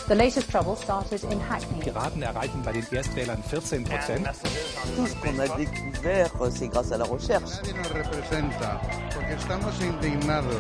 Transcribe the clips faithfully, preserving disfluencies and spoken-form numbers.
The latest trouble started in Hackney. Piraten erreichen bei den Erstwählern vierzehn Prozent. Tout ce qu'on a découvert, c'est grâce à la recherche. Nadie nos representa, porque estamos indignados.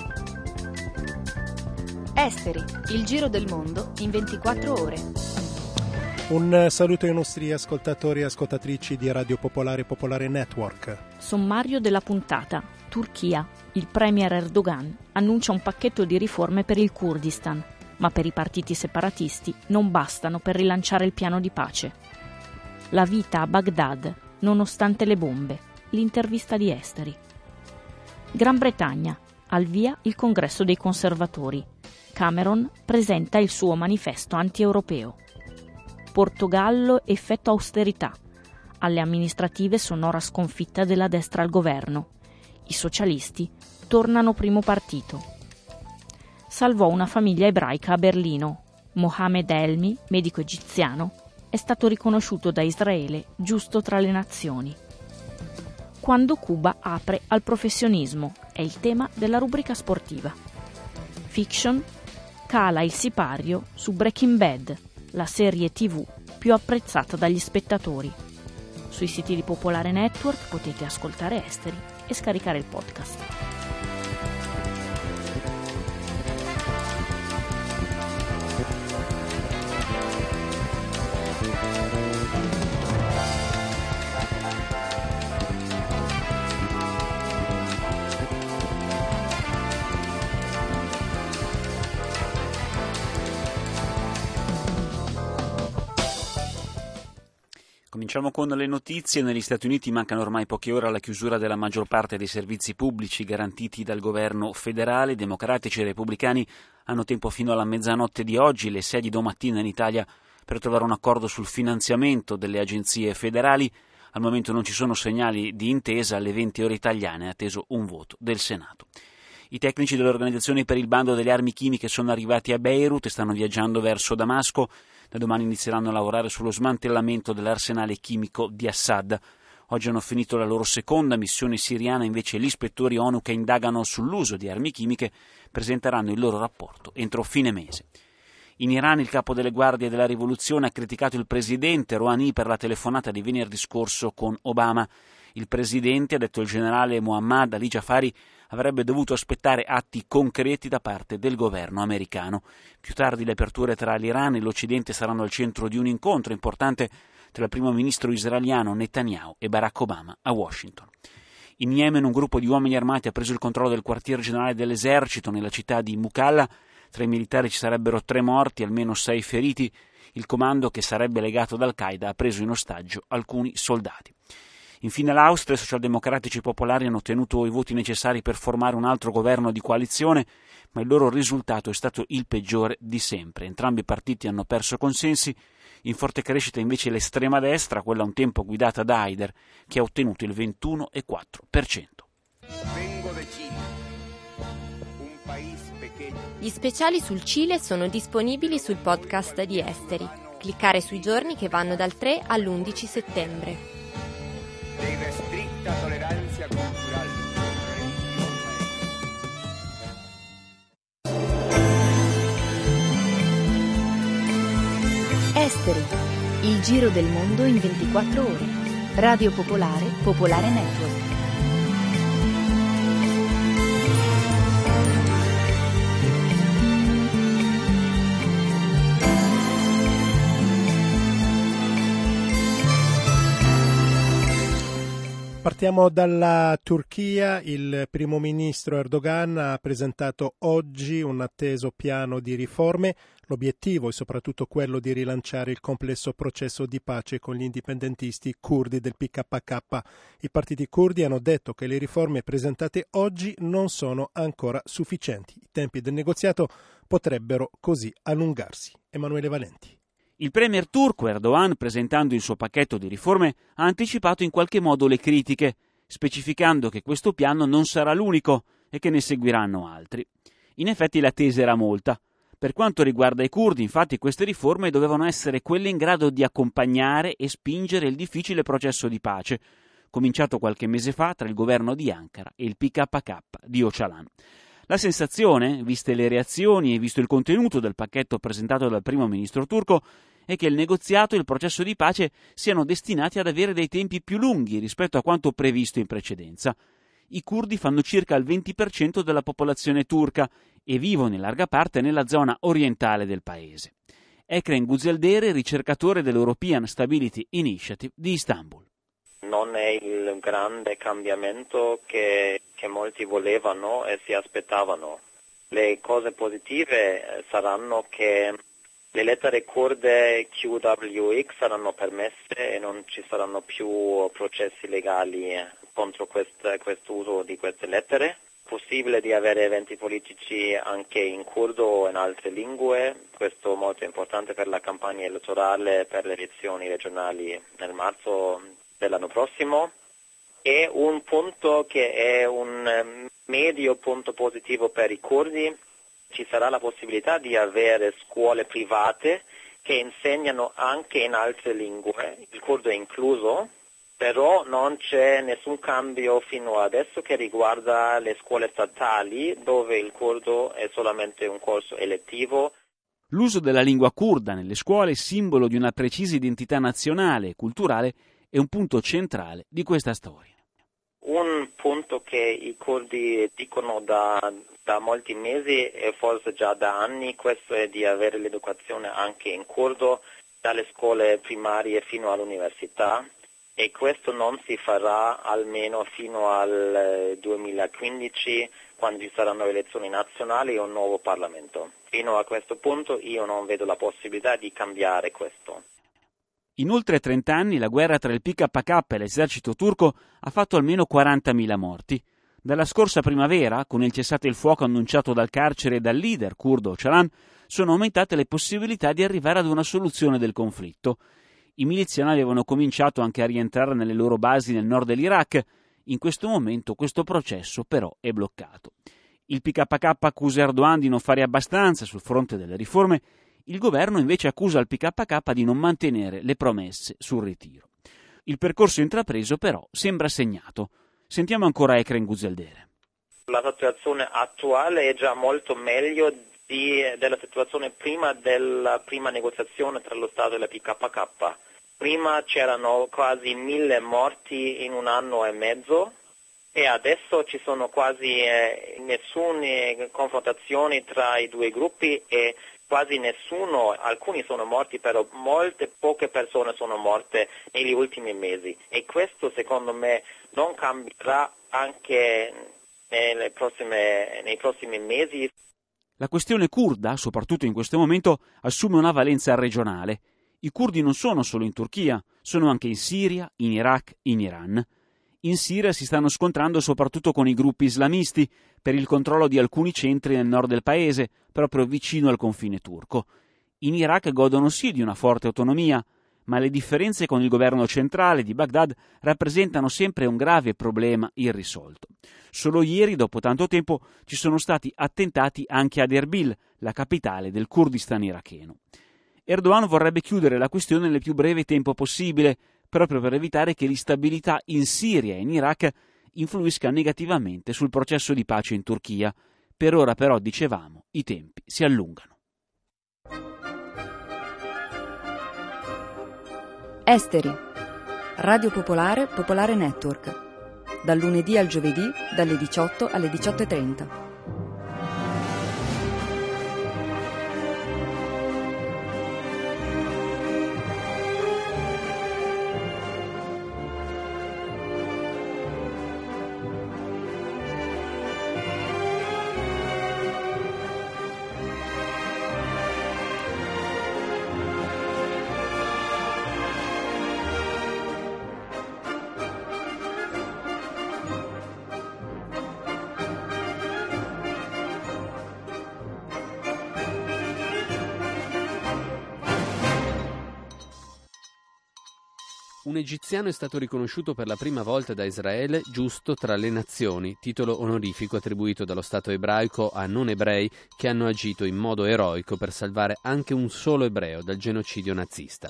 Esteri, il giro del mondo in ventiquattro ore. Un saluto ai nostri ascoltatori e ascoltatrici di Radio Popolare Popolare Network. Sommario della puntata. Turchia. Il premier Erdogan annuncia un pacchetto di riforme per il Kurdistan, ma per i partiti separatisti non bastano per rilanciare il piano di pace. La vita a Baghdad, nonostante le bombe. L'intervista di Esteri. Gran Bretagna. Al via il congresso dei conservatori. Cameron presenta il suo manifesto anti-europeo. Portogallo effetto austerità. Alle amministrative sonora sconfitta della destra al governo. I socialisti tornano primo partito. Salvò una famiglia ebraica a Berlino. Mohamed Elmi, medico egiziano, è stato riconosciuto da Israele giusto tra le nazioni. Quando Cuba apre al professionismo è il tema della rubrica sportiva. Fiction, cala il sipario su Breaking Bad, la serie tivù più apprezzata dagli spettatori. Sui siti di Popolare Network potete ascoltare Esteri e scaricare il podcast. Cominciamo con le notizie. Negli Stati Uniti mancano ormai poche ore alla chiusura della maggior parte dei servizi pubblici garantiti dal governo federale. Democratici e repubblicani hanno tempo fino alla mezzanotte di oggi, le sei di domattina in Italia, per trovare un accordo sul finanziamento delle agenzie federali. Al momento non ci sono segnali di intesa. Alle venti ore italiane è atteso un voto del Senato. I tecnici delle organizzazioni per il bando delle armi chimiche sono arrivati a Beirut e stanno viaggiando verso Damasco. Da domani inizieranno a lavorare sullo smantellamento dell'arsenale chimico di Assad. Oggi hanno finito la loro seconda missione siriana, invece gli ispettori ONU che indagano sull'uso di armi chimiche presenteranno il loro rapporto entro fine mese. In Iran il capo delle guardie della rivoluzione ha criticato il presidente Rouhani per la telefonata di venerdì scorso con Obama. Il presidente, ha detto il generale Mohammad Ali Jafari, avrebbe dovuto aspettare atti concreti da parte del governo americano. Più tardi le aperture tra l'Iran e l'Occidente saranno al centro di un incontro importante tra il primo ministro israeliano Netanyahu e Barack Obama a Washington. In Yemen un gruppo di uomini armati ha preso il controllo del quartier generale dell'esercito nella città di Mukalla. Tra i militari ci sarebbero tre morti, almeno sei feriti. Il comando, che sarebbe legato ad Al-Qaeda, ha preso in ostaggio alcuni soldati. Infine l'Austria, i socialdemocratici popolari hanno ottenuto i voti necessari per formare un altro governo di coalizione, ma il loro risultato è stato il peggiore di sempre. Entrambi i partiti hanno perso consensi. In forte crescita invece l'estrema destra, quella un tempo guidata da Haider, che ha ottenuto il ventuno virgola quattro per cento. Vengo da Cile, un paese pequeño. Gli speciali sul Cile sono disponibili sul podcast di Esteri. Cliccare sui giorni che vanno dal tre all'undici settembre. De irrestricta tolerancia cultural. Esteri, il giro del mondo in ventiquattro ore. Radio Popolare, Popolare Network. Partiamo dalla Turchia. Il primo ministro Erdogan ha presentato oggi un atteso piano di riforme. L'obiettivo è soprattutto quello di rilanciare il complesso processo di pace con gli indipendentisti curdi del P K K. I partiti curdi hanno detto che le riforme presentate oggi non sono ancora sufficienti. I tempi del negoziato potrebbero così allungarsi. Emanuele Valenti. Il premier turco Erdogan, presentando il suo pacchetto di riforme, ha anticipato in qualche modo le critiche, specificando che questo piano non sarà l'unico e che ne seguiranno altri. In effetti l'attesa era molta. Per quanto riguarda i curdi, infatti, queste riforme dovevano essere quelle in grado di accompagnare e spingere il difficile processo di pace, cominciato qualche mese fa tra il governo di Ankara e il P K K di Öcalan. La sensazione, viste le reazioni e visto il contenuto del pacchetto presentato dal primo ministro turco, è che il negoziato e il processo di pace siano destinati ad avere dei tempi più lunghi rispetto a quanto previsto in precedenza. I curdi fanno circa il venti per cento della popolazione turca e vivono in larga parte nella zona orientale del paese. Ekrem Güzeldere, ricercatore dell'European Stability Initiative di Istanbul. Non è il grande cambiamento che, che molti volevano e si aspettavano. Le cose positive saranno che le lettere kurde Q W X saranno permesse e non ci saranno più processi legali contro questo uso di queste lettere. Possibile di avere eventi politici anche in curdo o in altre lingue, questo è molto importante per la campagna elettorale per le elezioni regionali nel marzo dell'anno prossimo. E un punto che è un medio punto positivo per i curdi, ci sarà la possibilità di avere scuole private che insegnano anche in altre lingue, il curdo è incluso, però non c'è nessun cambio fino adesso che riguarda le scuole statali dove il curdo è solamente un corso elettivo. L'uso della lingua curda nelle scuole, simbolo di una precisa identità nazionale e culturale, è un punto centrale di questa storia. Un punto che i curdi dicono da, da molti mesi e forse già da anni, questo è di avere l'educazione anche in curdo dalle scuole primarie fino all'università. E questo non si farà almeno fino al duemilaquindici, quando ci saranno elezioni nazionali e un nuovo Parlamento. Fino a questo punto io non vedo la possibilità di cambiare questo. In oltre trenta anni la guerra tra il P K K e l'esercito turco ha fatto almeno quarantamila morti. Dalla scorsa primavera, con il cessate il fuoco annunciato dal carcere e dal leader curdo Öcalan, sono aumentate le possibilità di arrivare ad una soluzione del conflitto. I miliziani avevano cominciato anche a rientrare nelle loro basi nel nord dell'Iraq. In questo momento questo processo però è bloccato. Il P K K accusa Erdogan di non fare abbastanza sul fronte delle riforme, il governo invece accusa il P K K di non mantenere le promesse sul ritiro. Il percorso intrapreso però sembra segnato. Sentiamo ancora Ekrem Güzeldere. La situazione attuale è già molto meglio di, della situazione prima della prima negoziazione tra lo Stato e la P K K. Prima c'erano quasi mille morti in un anno e mezzo e adesso ci sono quasi eh, nessune confrontazioni tra i due gruppi e quasi nessuno, alcuni sono morti, però molte poche persone sono morte negli ultimi mesi e questo secondo me non cambierà anche nelle prossime, nei prossimi mesi. La questione curda, soprattutto in questo momento, assume una valenza regionale. I curdi non sono solo in Turchia, sono anche in Siria, in Iraq, in Iran. In Siria si stanno scontrando soprattutto con i gruppi islamisti per il controllo di alcuni centri nel nord del paese, proprio vicino al confine turco. In Iraq godono sì di una forte autonomia, ma le differenze con il governo centrale di Baghdad rappresentano sempre un grave problema irrisolto. Solo ieri, dopo tanto tempo, ci sono stati attentati anche ad Erbil, la capitale del Kurdistan iracheno. Erdogan vorrebbe chiudere la questione nel più breve tempo possibile, proprio per evitare che l'instabilità in Siria e in Iraq influisca negativamente sul processo di pace in Turchia. Per ora però, dicevamo, i tempi si allungano. Esteri. Radio Popolare, Popolare Network. Dal lunedì al giovedì, dalle diciotto alle diciotto e trenta. Un egiziano è stato riconosciuto per la prima volta da Israele giusto tra le nazioni, titolo onorifico attribuito dallo Stato ebraico a non ebrei che hanno agito in modo eroico per salvare anche un solo ebreo dal genocidio nazista.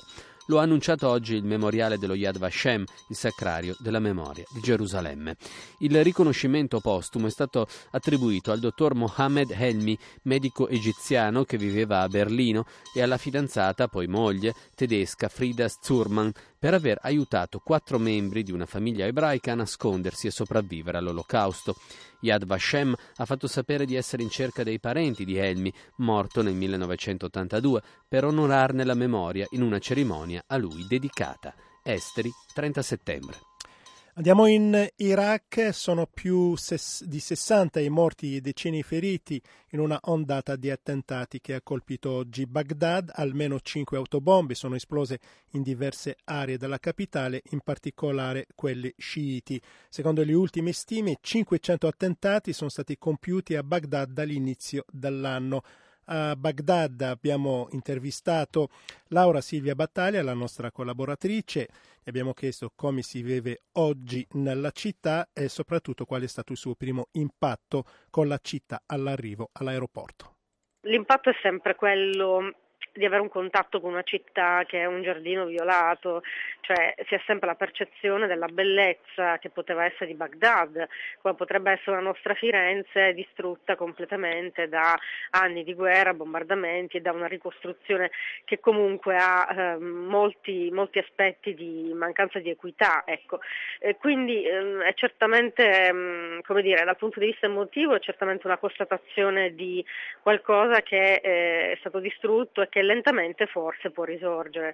Lo ha annunciato oggi il memoriale dello Yad Vashem, il sacrario della memoria di Gerusalemme. Il riconoscimento postumo è stato attribuito al dottor Mohammed Helmi, medico egiziano che viveva a Berlino, e alla fidanzata, poi moglie, tedesca Frida Zurman, per aver aiutato quattro membri di una famiglia ebraica a nascondersi e sopravvivere all'Olocausto. Yad Vashem ha fatto sapere di essere in cerca dei parenti di Helmi, morto nel millenovecentottantadue, per onorarne la memoria in una cerimonia a lui dedicata. Esteri, trenta settembre. Andiamo in Iraq, sono più ses- di sessanta i morti e decine i feriti in una ondata di attentati che ha colpito oggi Baghdad. Almeno cinque autobombe sono esplose in diverse aree della capitale, in particolare quelle sciiti. Secondo le ultime stime, cinquecento attentati sono stati compiuti a Baghdad dall'inizio dell'anno. A Baghdad abbiamo intervistato Laura Silvia Battaglia, la nostra collaboratrice, e abbiamo chiesto come si vive oggi nella città e soprattutto qual è stato il suo primo impatto con la città all'arrivo all'aeroporto. L'impatto è sempre quello di avere un contatto con una città che è un giardino violato, cioè si ha sempre la percezione della bellezza che poteva essere di Baghdad, come potrebbe essere la nostra Firenze distrutta completamente da anni di guerra, bombardamenti e da una ricostruzione che comunque ha eh, molti, molti aspetti di mancanza di equità, ecco. E quindi eh, è certamente, mh, come dire, dal punto di vista emotivo è certamente una constatazione di qualcosa che eh, è stato distrutto e che lentamente forse può risorgere.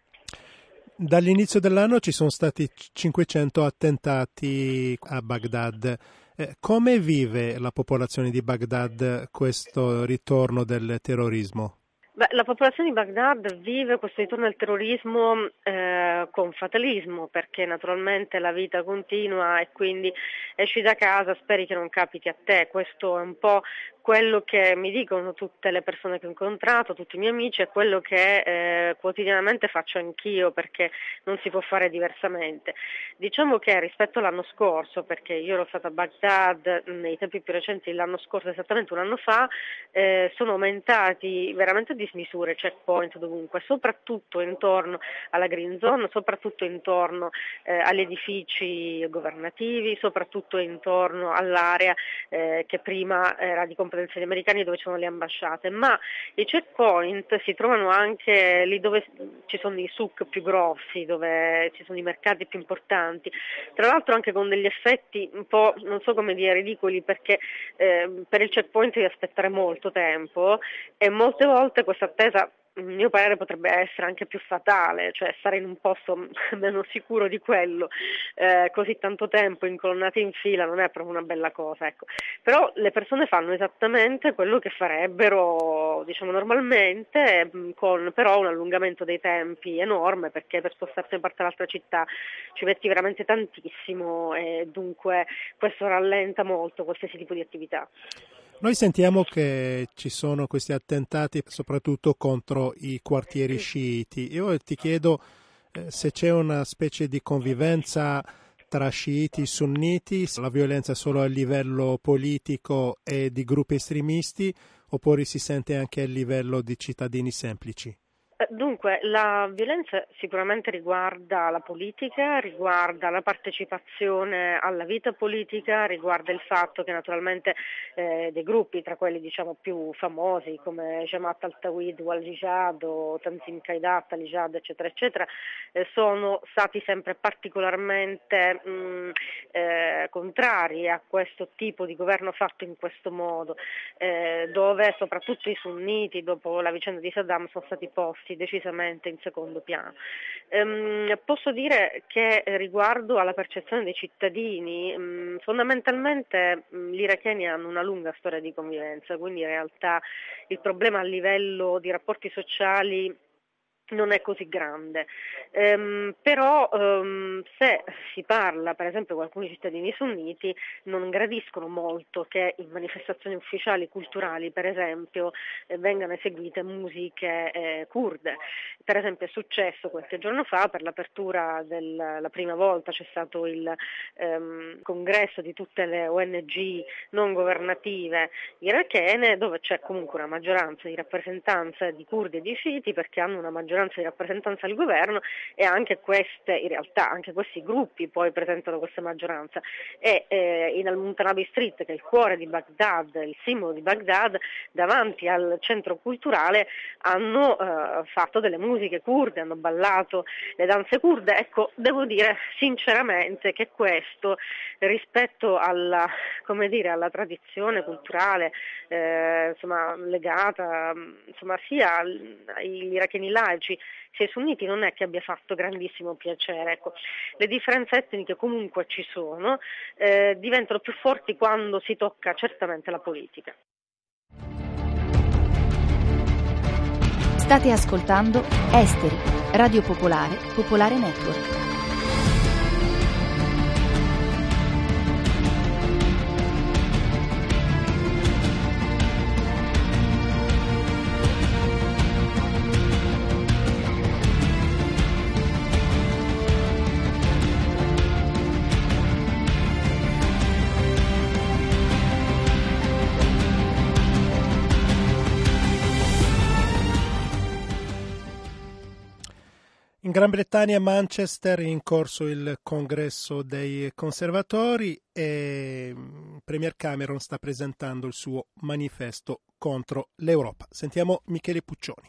Dall'inizio dell'anno ci sono stati cinquecento attentati a Baghdad. Eh, come vive la popolazione di Baghdad questo ritorno del terrorismo? Beh, la popolazione di Baghdad vive questo ritorno al terrorismo eh, con fatalismo, perché naturalmente la vita continua e quindi esci da casa, speri che non capiti a te. Questo è un po' quello che mi dicono tutte le persone che ho incontrato, tutti i miei amici, è quello che eh, quotidianamente faccio anch'io, perché non si può fare diversamente. Diciamo che rispetto all'anno scorso, perché io ero stata a Baghdad nei tempi più recenti, l'anno scorso, esattamente un anno fa, eh, sono aumentati veramente dismisure, checkpoint dovunque, soprattutto intorno alla green zone, soprattutto intorno eh, agli edifici governativi, soprattutto intorno all'area eh, che prima era di competenza degli americani, dove ci sono le ambasciate, ma i checkpoint si trovano anche lì dove ci sono i souk più grossi, dove ci sono i mercati più importanti, tra l'altro anche con degli effetti un po', non so come dire, ridicoli, perché eh, per il checkpoint devi aspettare molto tempo e molte volte questa attesa, a mio parere, potrebbe essere anche più fatale, cioè stare in un posto meno sicuro di quello eh, così tanto tempo incolonnati in fila non è proprio una bella cosa, ecco. Però le persone fanno esattamente quello che farebbero, diciamo, normalmente, con però un allungamento dei tempi enorme, perché per spostarsi da parte all'altra città ci metti veramente tantissimo e dunque questo rallenta molto qualsiasi tipo di attività. Noi sentiamo che ci sono questi attentati soprattutto contro i quartieri sciiti. Io ti chiedo eh, se c'è una specie di convivenza tra sciiti e sunniti, la violenza solo a livello politico e di gruppi estremisti, oppure si sente anche a livello di cittadini semplici? Dunque, la violenza sicuramente riguarda la politica, riguarda la partecipazione alla vita politica, riguarda il fatto che naturalmente eh, dei gruppi, tra quelli diciamo più famosi come Jamaat al-Tawhid, Wal-Jihad o Tanzim Qaidat, al-Jihad, eccetera, eccetera, eh, sono stati sempre particolarmente mh, eh, contrari a questo tipo di governo fatto in questo modo, eh, dove soprattutto i sunniti, dopo la vicenda di Saddam, sono stati posti decisamente in secondo piano. Ehm, posso dire che riguardo alla percezione dei cittadini, mh, fondamentalmente mh, gli iracheni hanno una lunga storia di convivenza, quindi in realtà il problema a livello di rapporti sociali non è così grande, ehm, però ehm, se si parla per esempio con alcuni cittadini sunniti non gradiscono molto che in manifestazioni ufficiali culturali per esempio eh, vengano eseguite musiche eh, kurde. Per esempio è successo qualche giorno fa per l'apertura della la prima volta c'è stato il ehm, congresso di tutte le O N G non governative irachene, dove c'è comunque una maggioranza di rappresentanze di curdi e di sciiti, perché hanno una maggioranza maggioranza di rappresentanza del governo, e anche queste, in realtà, anche questi gruppi poi presentano questa maggioranza. E eh, in Al-Muntanabi Street, che è il cuore di Baghdad, il simbolo di Baghdad, davanti al centro culturale hanno eh, fatto delle musiche kurde, hanno ballato le danze kurde. Ecco, devo dire sinceramente che questo, rispetto alla, come dire, alla tradizione culturale eh, insomma, legata insomma, sia agli iracheni laici sia ai sunniti, non è che abbia fatto grandissimo piacere. Ecco, le differenze etniche comunque ci sono, eh, diventano più forti quando si tocca certamente la politica. State ascoltando Esteri, Radio Popolare, Popolare Network. In Gran Bretagna, a Manchester, è in corso il congresso dei conservatori e il Premier Cameron sta presentando il suo manifesto contro l'Europa. Sentiamo Michele Puccioni.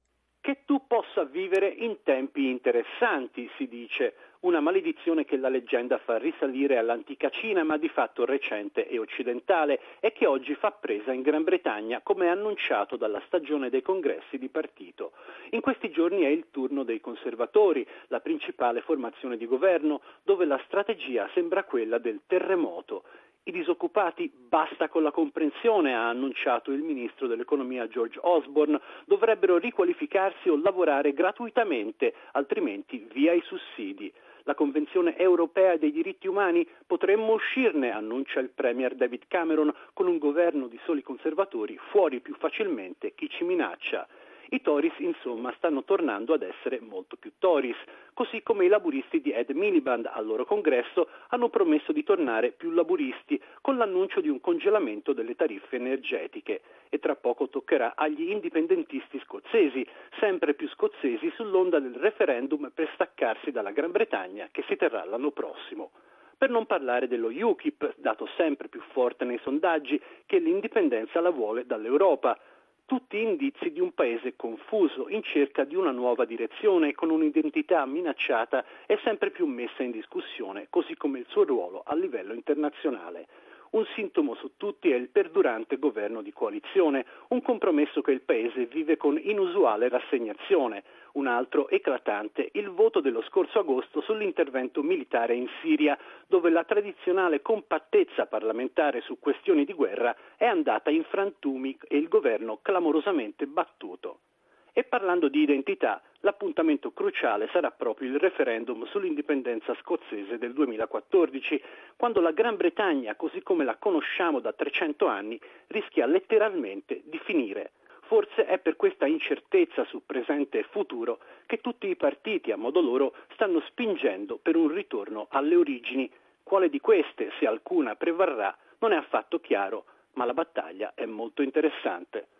Che tu possa vivere in tempi interessanti, si dice, una maledizione che la leggenda fa risalire all'antica Cina, ma di fatto recente e occidentale, e che oggi fa presa in Gran Bretagna, come annunciato dalla stagione dei congressi di partito. In questi giorni è il turno dei conservatori, la principale formazione di governo, dove la strategia sembra quella del terremoto. I disoccupati basta con la comprensione, ha annunciato il ministro dell'economia George Osborne, dovrebbero riqualificarsi o lavorare gratuitamente, altrimenti via i sussidi. La Convenzione europea dei diritti umani, potremmo uscirne, annuncia il Premier David Cameron, con un governo di soli conservatori, fuori più facilmente chi ci minaccia. I Tories, insomma, stanno tornando ad essere molto più Tories, così come i laburisti di Ed Miliband al loro congresso hanno promesso di tornare più laburisti con l'annuncio di un congelamento delle tariffe energetiche, e tra poco toccherà agli indipendentisti scozzesi, sempre più scozzesi sull'onda del referendum per staccarsi dalla Gran Bretagna che si terrà l'anno prossimo. Per non parlare dello U K I P, dato sempre più forte nei sondaggi, che l'indipendenza la vuole dall'Europa. Tutti indizi di un paese confuso, in cerca di una nuova direzione, con un'identità minacciata e sempre più messa in discussione, così come il suo ruolo a livello internazionale. Un sintomo su tutti è il perdurante governo di coalizione, un compromesso che il paese vive con inusuale rassegnazione. Un altro eclatante, il voto dello scorso agosto sull'intervento militare in Siria, dove la tradizionale compattezza parlamentare su questioni di guerra è andata in frantumi e il governo clamorosamente battuto. E parlando di identità, l'appuntamento cruciale sarà proprio il referendum sull'indipendenza scozzese del duemilaquattordici, quando la Gran Bretagna, così come la conosciamo da trecento anni, rischia letteralmente di finire. Forse è per questa incertezza su presente e futuro che tutti i partiti, a modo loro, stanno spingendo per un ritorno alle origini. Quale di queste, se alcuna, prevarrà, non è affatto chiaro, ma la battaglia è molto interessante.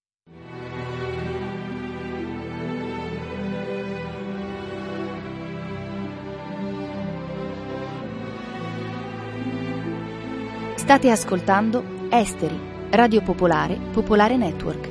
State ascoltando Esteri, Radio Popolare, Popolare Network.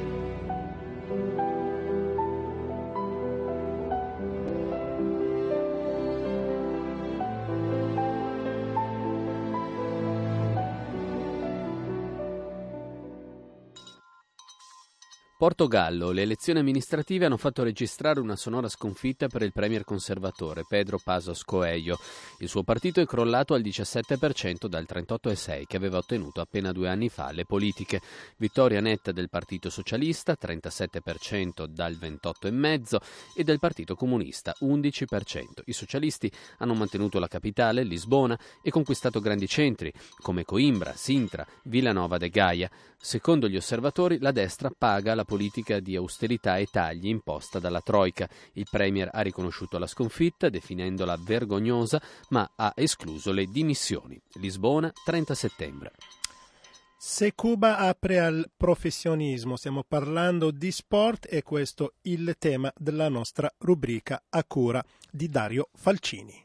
Portogallo, le elezioni amministrative hanno fatto registrare una sonora sconfitta per il premier conservatore Pedro Passos Coelho. Il suo partito è crollato al diciassette per cento dal trentotto virgola sei per cento che aveva ottenuto appena due anni fa alle politiche. Vittoria netta del Partito Socialista, trentasette per cento dal ventotto virgola cinque per cento, e del Partito Comunista, undici per cento. I socialisti hanno mantenuto la capitale, Lisbona, e conquistato grandi centri come Coimbra, Sintra, Villanova de Gaia. Secondo gli osservatori, la destra paga la politica di austerità e tagli imposta dalla Troika. Il premier ha riconosciuto la sconfitta, definendola vergognosa, ma ha escluso le dimissioni. Lisbona, trenta settembre. Se Cuba apre al professionismo, stiamo parlando di sport e questo è il tema della nostra rubrica a cura di Dario Falcini.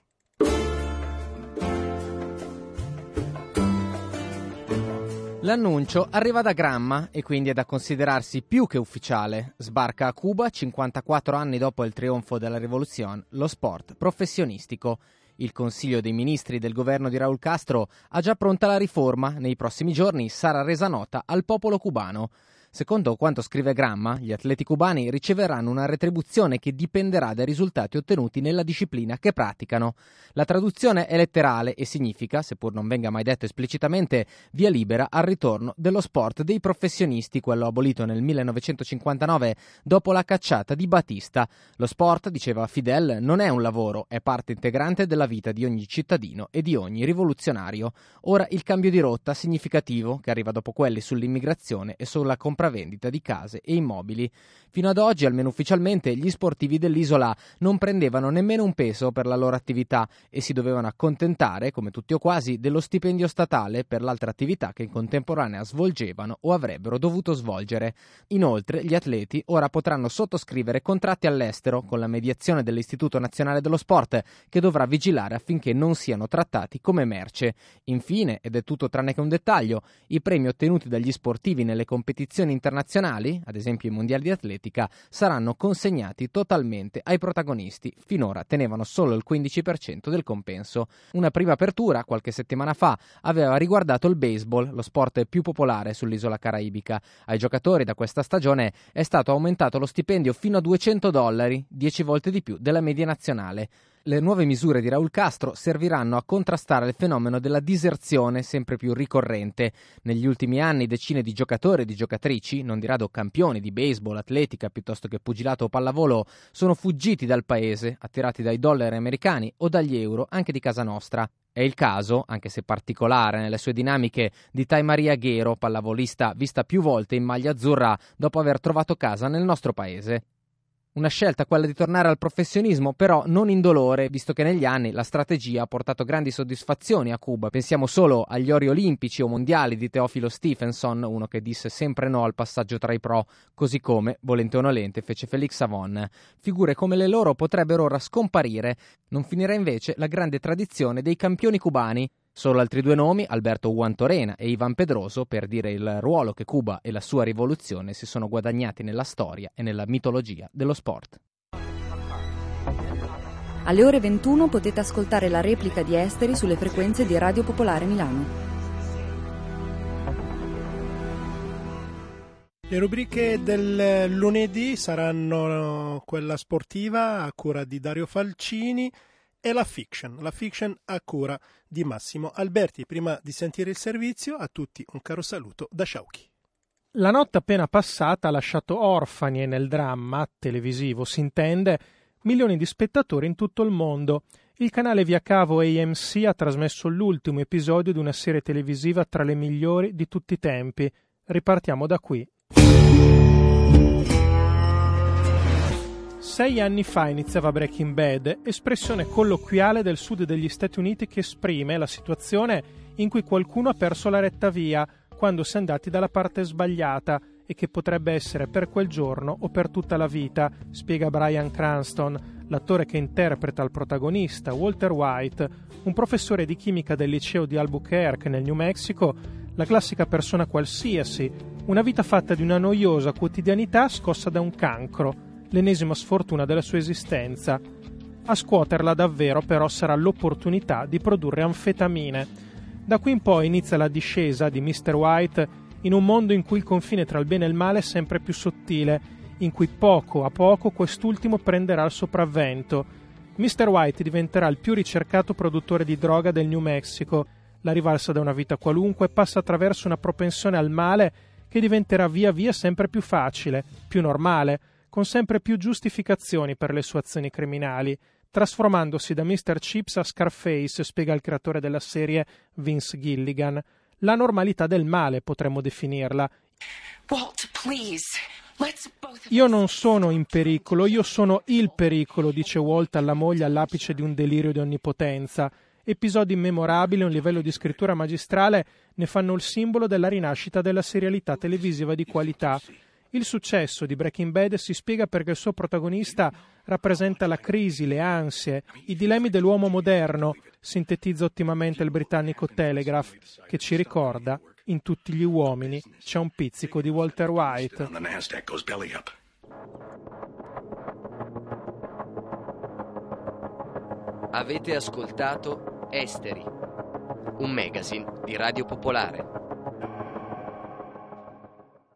L'annuncio arriva da Gramma e quindi è da considerarsi più che ufficiale. Sbarca a Cuba, cinquantaquattro anni dopo il trionfo della rivoluzione, lo sport professionistico. Il Consiglio dei Ministri del governo di Raúl Castro ha già pronta la riforma, nei prossimi giorni sarà resa nota al popolo cubano. Secondo quanto scrive Gramma, gli atleti cubani riceveranno una retribuzione che dipenderà dai risultati ottenuti nella disciplina che praticano. La traduzione è letterale e significa, seppur non venga mai detto esplicitamente, via libera al ritorno dello sport dei professionisti, quello abolito nel millenovecentocinquantanove dopo la cacciata di Batista. Lo sport, diceva Fidel, non è un lavoro, è parte integrante della vita di ogni cittadino e di ogni rivoluzionario. Ora il cambio di rotta significativo, che arriva dopo quelli sull'immigrazione e sulla compravendita di case e immobili. Fino ad oggi, almeno ufficialmente, gli sportivi dell'isola non prendevano nemmeno un peso per la loro attività e si dovevano accontentare, come tutti o quasi, dello stipendio statale per l'altra attività che in contemporanea svolgevano o avrebbero dovuto svolgere. Inoltre, gli atleti ora potranno sottoscrivere contratti all'estero con la mediazione dell'Istituto Nazionale dello Sport, che dovrà vigilare affinché non siano trattati come merce. Infine, ed è tutto tranne che un dettaglio, i premi ottenuti dagli sportivi nelle competizioni internazionali, ad esempio i mondiali di atletica, saranno consegnati totalmente ai protagonisti. Finora tenevano solo il quindici per cento del compenso. Una prima apertura, qualche settimana fa, aveva riguardato il baseball, lo sport più popolare sull'isola caraibica. Ai giocatori da questa stagione è stato aumentato lo stipendio fino a duecento dollari, dieci volte di più della media nazionale. Le nuove misure di Raúl Castro serviranno a contrastare il fenomeno della diserzione sempre più ricorrente. Negli ultimi anni decine di giocatori e di giocatrici, non di rado campioni di baseball, atletica piuttosto che pugilato o pallavolo, sono fuggiti dal paese, attirati dai dollari americani o dagli euro anche di casa nostra. È il caso, anche se particolare nelle sue dinamiche, di Tai Maria Ghero, pallavolista vista più volte in maglia azzurra dopo aver trovato casa nel nostro paese. Una scelta quella di tornare al professionismo, però non indolore, visto che negli anni la strategia ha portato grandi soddisfazioni a Cuba. Pensiamo solo agli ori olimpici o mondiali di Teofilo Stephenson, uno che disse sempre no al passaggio tra i pro, così come, volente o nolente, fece Félix Savon. Figure come le loro potrebbero ora scomparire. Non finirà invece la grande tradizione dei campioni cubani. Solo altri due nomi, Alberto Juan Torena e Ivan Pedroso, per dire il ruolo che Cuba e la sua rivoluzione si sono guadagnati nella storia e nella mitologia dello sport. Alle ore ventuno potete ascoltare la replica di Esteri sulle frequenze di Radio Popolare Milano. Le rubriche del lunedì saranno quella sportiva a cura di Dario Falcini e la fiction, la fiction a cura di Massimo Alberti. Prima di sentire il servizio, a tutti un caro saluto da Sciauchi. La notte appena passata ha lasciato orfani e nel dramma televisivo, si intende, milioni di spettatori in tutto il mondo. Il canale via cavo A M C ha trasmesso l'ultimo episodio di una serie televisiva tra le migliori di tutti i tempi. Ripartiamo da qui. Sei anni fa iniziava Breaking Bad, espressione colloquiale del sud degli Stati Uniti che esprime la situazione in cui qualcuno ha perso la retta via quando si è andati dalla parte sbagliata e che potrebbe essere per quel giorno o per tutta la vita, spiega Bryan Cranston, l'attore che interpreta il protagonista, Walter White, un professore di chimica del liceo di Albuquerque nel New Mexico, la classica persona qualsiasi, una vita fatta di una noiosa quotidianità scossa da un cancro, l'ennesima sfortuna della sua esistenza. A scuoterla davvero però sarà l'opportunità di produrre anfetamine. Da qui in poi inizia la discesa di mister White in un mondo in cui il confine tra il bene e il male è sempre più sottile, in cui poco a poco quest'ultimo prenderà il sopravvento. mister White diventerà il più ricercato produttore di droga del New Mexico. La rivalsa da una vita qualunque passa attraverso una propensione al male che diventerà via via sempre più facile, più normale, con sempre più giustificazioni per le sue azioni criminali, trasformandosi da mister Chips a Scarface, spiega il creatore della serie Vince Gilligan. La normalità del male, potremmo definirla. Walt, please. Let's both... Io non sono in pericolo, io sono il pericolo, dice Walt alla moglie all'apice di un delirio di onnipotenza. Episodi immemorabili, un livello di scrittura magistrale ne fanno il simbolo della rinascita della serialità televisiva di qualità. Il successo di Breaking Bad si spiega perché il suo protagonista rappresenta la crisi, le ansie, i dilemmi dell'uomo moderno, sintetizza ottimamente il britannico Telegraph, che ci ricorda: in tutti gli uomini c'è un pizzico di Walter White. Avete ascoltato Esteri, un magazine di Radio Popolare.